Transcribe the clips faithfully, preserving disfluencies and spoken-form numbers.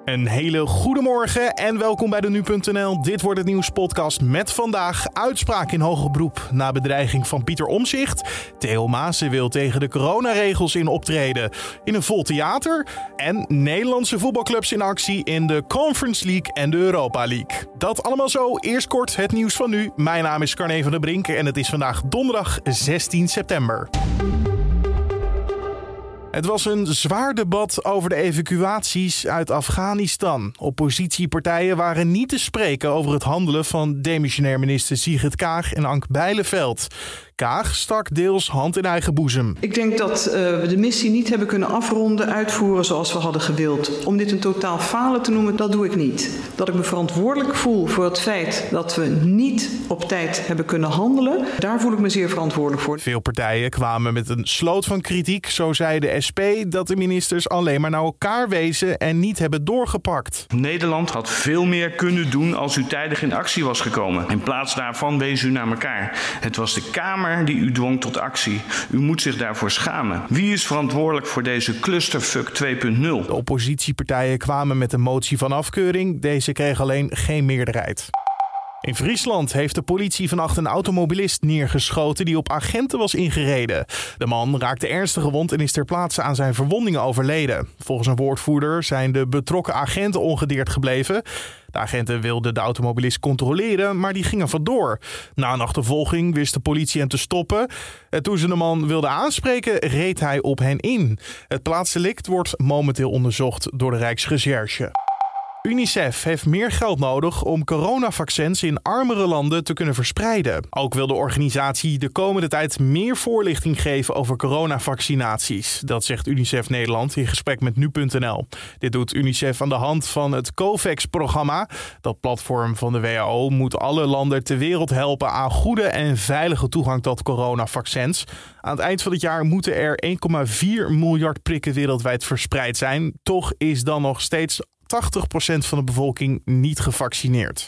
Een hele goede morgen en welkom bij de Nu punt N L. Dit wordt het nieuwspodcast met vandaag uitspraak in hoger beroep na bedreiging van Pieter Omtzigt. Theo Maassen wil tegen de coronaregels in optreden in een vol theater. En Nederlandse voetbalclubs in actie in de Conference League en de Europa League. Dat allemaal zo. Eerst kort het nieuws van nu. Mijn naam is Carne van der Brink en het is vandaag donderdag zestien september. Het was een zwaar debat over de evacuaties uit Afghanistan. Oppositiepartijen waren niet te spreken over het handelen van demissionair minister Sigrid Kaag en Ank Bijleveld. Kaag stak deels hand in eigen boezem. Ik denk dat uh, we de missie niet hebben kunnen afronden, uitvoeren zoals we hadden gewild. Om dit een totaal falen te noemen, dat doe ik niet. Dat ik me verantwoordelijk voel voor het feit dat we niet op tijd hebben kunnen handelen, daar voel ik me zeer verantwoordelijk voor. Veel partijen kwamen met een sloot van kritiek. Zo zei de S P dat de ministers alleen maar naar elkaar wezen en niet hebben doorgepakt. Nederland had veel meer kunnen doen als u tijdig in actie was gekomen. In plaats daarvan wees u naar elkaar. Het was de Kamer die u dwong tot actie. U moet zich daarvoor schamen. Wie is verantwoordelijk voor deze clusterfuck twee punt nul? De oppositiepartijen kwamen met een motie van afkeuring. Deze kreeg alleen geen meerderheid. In Friesland heeft de politie vannacht een automobilist neergeschoten die op agenten was ingereden. De man raakte ernstig gewond en is ter plaatse aan zijn verwondingen overleden. Volgens een woordvoerder zijn de betrokken agenten ongedeerd gebleven. De agenten wilden de automobilist controleren, maar die gingen vandoor. Na een achtervolging wist de politie hem te stoppen. En toen ze de man wilden aanspreken, reed hij op hen in. Het plaatsdelict wordt momenteel onderzocht door de Rijksrecherche. UNICEF heeft meer geld nodig om coronavaccins in armere landen te kunnen verspreiden. Ook wil de organisatie de komende tijd meer voorlichting geven over coronavaccinaties. Dat zegt UNICEF Nederland in gesprek met Nu punt N L. Dit doet UNICEF aan de hand van het COVAX-programma. Dat platform van de W H O moet alle landen ter wereld helpen aan goede en veilige toegang tot coronavaccins. Aan het eind van het jaar moeten er één komma vier miljard prikken wereldwijd verspreid zijn. Toch is dan nog steeds tachtig procent van de bevolking niet gevaccineerd.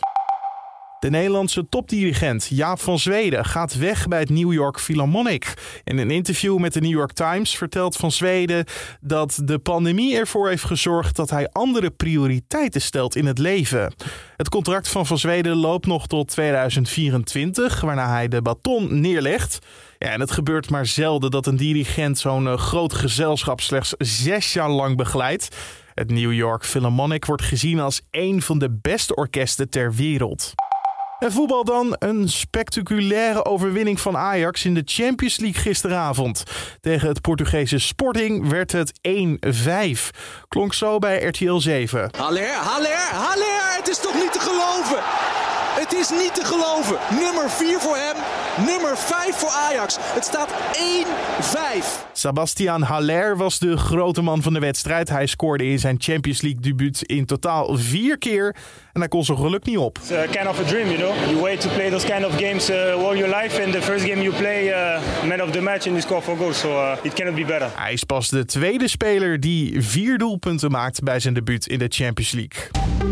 De Nederlandse topdirigent Jaap van Zweden gaat weg bij het New York Philharmonic. In een interview met de New York Times vertelt Van Zweden dat de pandemie ervoor heeft gezorgd dat hij andere prioriteiten stelt in het leven. Het contract van Van Zweden loopt nog tot tweeduizend vierentwintig, waarna hij de baton neerlegt. Ja, en het gebeurt maar zelden dat een dirigent zo'n uh, groot gezelschap slechts zes jaar lang begeleidt. Het New York Philharmonic wordt gezien als een van de beste orkesten ter wereld. En voetbal dan. Een spectaculaire overwinning van Ajax in de Champions League gisteravond. Tegen het Portugese Sporting werd het één vijf. Klonk zo bij R T L zeven. Haller, Haller, Haller! Het is toch niet te geloven? Het is niet te geloven. Nummer vier voor hem, nummer vijf voor Ajax. Het staat één vijf. Sebastian Haller was de grote man van de wedstrijd. Hij scoorde in zijn Champions League debuut in totaal vier keer. En hij kon zijn geluk niet op. It's a kind of a dream, you know. You wait to play those kind of games uh, all your life. And the first game you play, uh, man of the match and you score four goals. So uh, it cannot be better. Hij is pas de tweede speler die vier doelpunten maakt bij zijn debuut in de Champions League.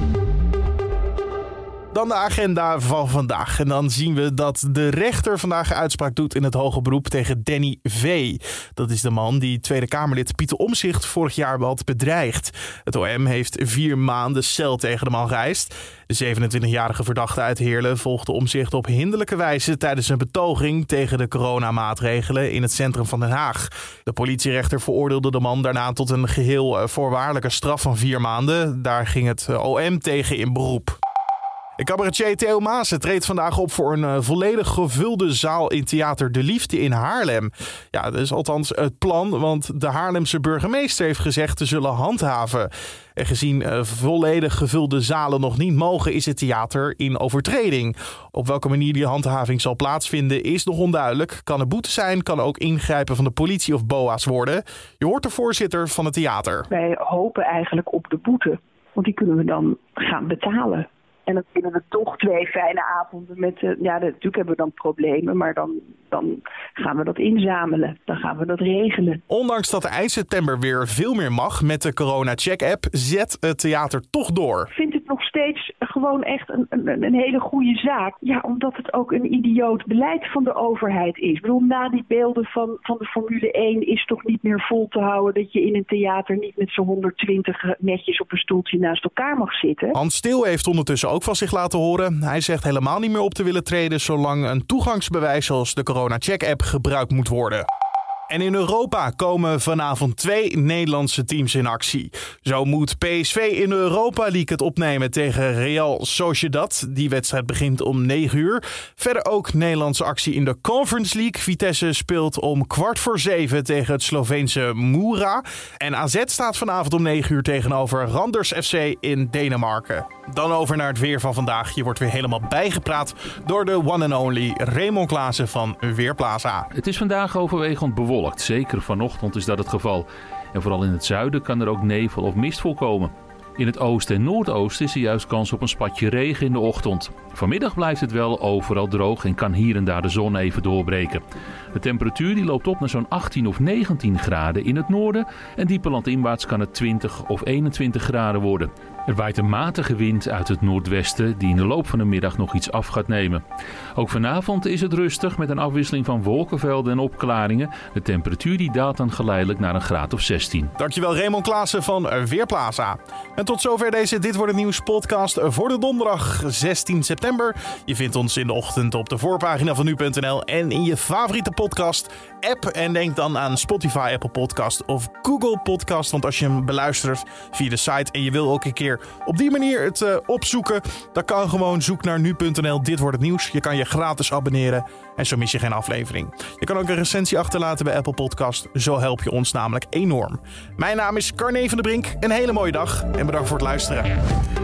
Dan de agenda van vandaag. En dan zien we dat de rechter vandaag uitspraak doet in het hoger beroep tegen Danny V. Dat is de man die Tweede Kamerlid Pieter Omtzigt vorig jaar had bedreigd. Het O M heeft vier maanden cel tegen de man geëist. De zevenentwintigjarige verdachte uit Heerlen volgde Omtzigt op hinderlijke wijze tijdens een betoging tegen de coronamaatregelen in het centrum van Den Haag. De politierechter veroordeelde de man daarna tot een geheel voorwaardelijke straf van vier maanden. Daar ging het O M tegen in beroep. De cabaretier Theo Maassen treedt vandaag op voor een uh, volledig gevulde zaal in Theater De Liefde in Haarlem. Ja, dat is althans het plan, want de Haarlemse burgemeester heeft gezegd te zullen handhaven. En gezien uh, volledig gevulde zalen nog niet mogen, is het theater in overtreding. Op welke manier die handhaving zal plaatsvinden is nog onduidelijk. Kan er boete zijn, kan ook ingrijpen van de politie of B O A's worden. Je hoort de voorzitter van het theater. Wij hopen eigenlijk op de boete, want die kunnen we dan gaan betalen. En dan kunnen we toch twee fijne avonden met... Uh, ja, natuurlijk hebben we dan problemen, maar dan, dan gaan we dat inzamelen. Dan gaan we dat regelen. Ondanks dat eind september weer veel meer mag met de Corona Check-app, zet het theater toch door. Ik vind het nog steeds gewoon echt een, een, een hele goede zaak. Ja, omdat het ook een idioot beleid van de overheid is. Ik bedoel, na die beelden van, van de Formule één is toch niet meer vol te houden dat je in een theater niet met zo'n honderdtwintig netjes op een stoeltje naast elkaar mag zitten. Hans Steel heeft ondertussen ook van zich laten horen. Hij zegt helemaal niet meer op te willen treden zolang een toegangsbewijs zoals de Corona Check app gebruikt moet worden. En in Europa komen vanavond twee Nederlandse teams in actie. Zo moet P S V in de Europa League het opnemen tegen Real Sociedad. Die wedstrijd begint om negen uur. Verder ook Nederlandse actie in de Conference League. Vitesse speelt om kwart voor zeven tegen het Sloveense Mura. En A Z staat vanavond om negen uur tegenover Randers F C in Denemarken. Dan over naar het weer van vandaag. Je wordt weer helemaal bijgepraat door de one and only Raymond Klaassen van Weerplaza. Het is vandaag overwegend bewolkt. Zeker vanochtend is dat het geval. En vooral in het zuiden kan er ook nevel of mist voorkomen. In het oosten en noordoosten is er juist kans op een spatje regen in de ochtend. Vanmiddag blijft het wel overal droog en kan hier en daar de zon even doorbreken. De temperatuur die loopt op naar zo'n achttien of negentien graden in het noorden. En dieper landinwaarts kan het twintig of eenentwintig graden worden. Er waait een matige wind uit het noordwesten die in de loop van de middag nog iets af gaat nemen. Ook vanavond is het rustig met een afwisseling van wolkenvelden en opklaringen. De temperatuur die daalt dan geleidelijk naar een graad of zestien. Dankjewel Raymond Klaassen van Weerplaza. En tot zover deze Dit Wordt Het Nieuws podcast voor de donderdag zestien september. Je vindt ons in de ochtend op de voorpagina van nu punt n l en in je favoriete podcast app. En denk dan aan Spotify, Apple Podcast of Google Podcast. Want als je hem beluistert via de site en je wil ook een keer op die manier het uh, opzoeken, dan kan gewoon zoek naar nu punt n l. Dit wordt het nieuws. Je kan je gratis abonneren en zo mis je geen aflevering. Je kan ook een recensie achterlaten bij Apple Podcast. Zo help je ons namelijk enorm. Mijn naam is Carne van der Brink. Een hele mooie dag en bedankt voor het luisteren.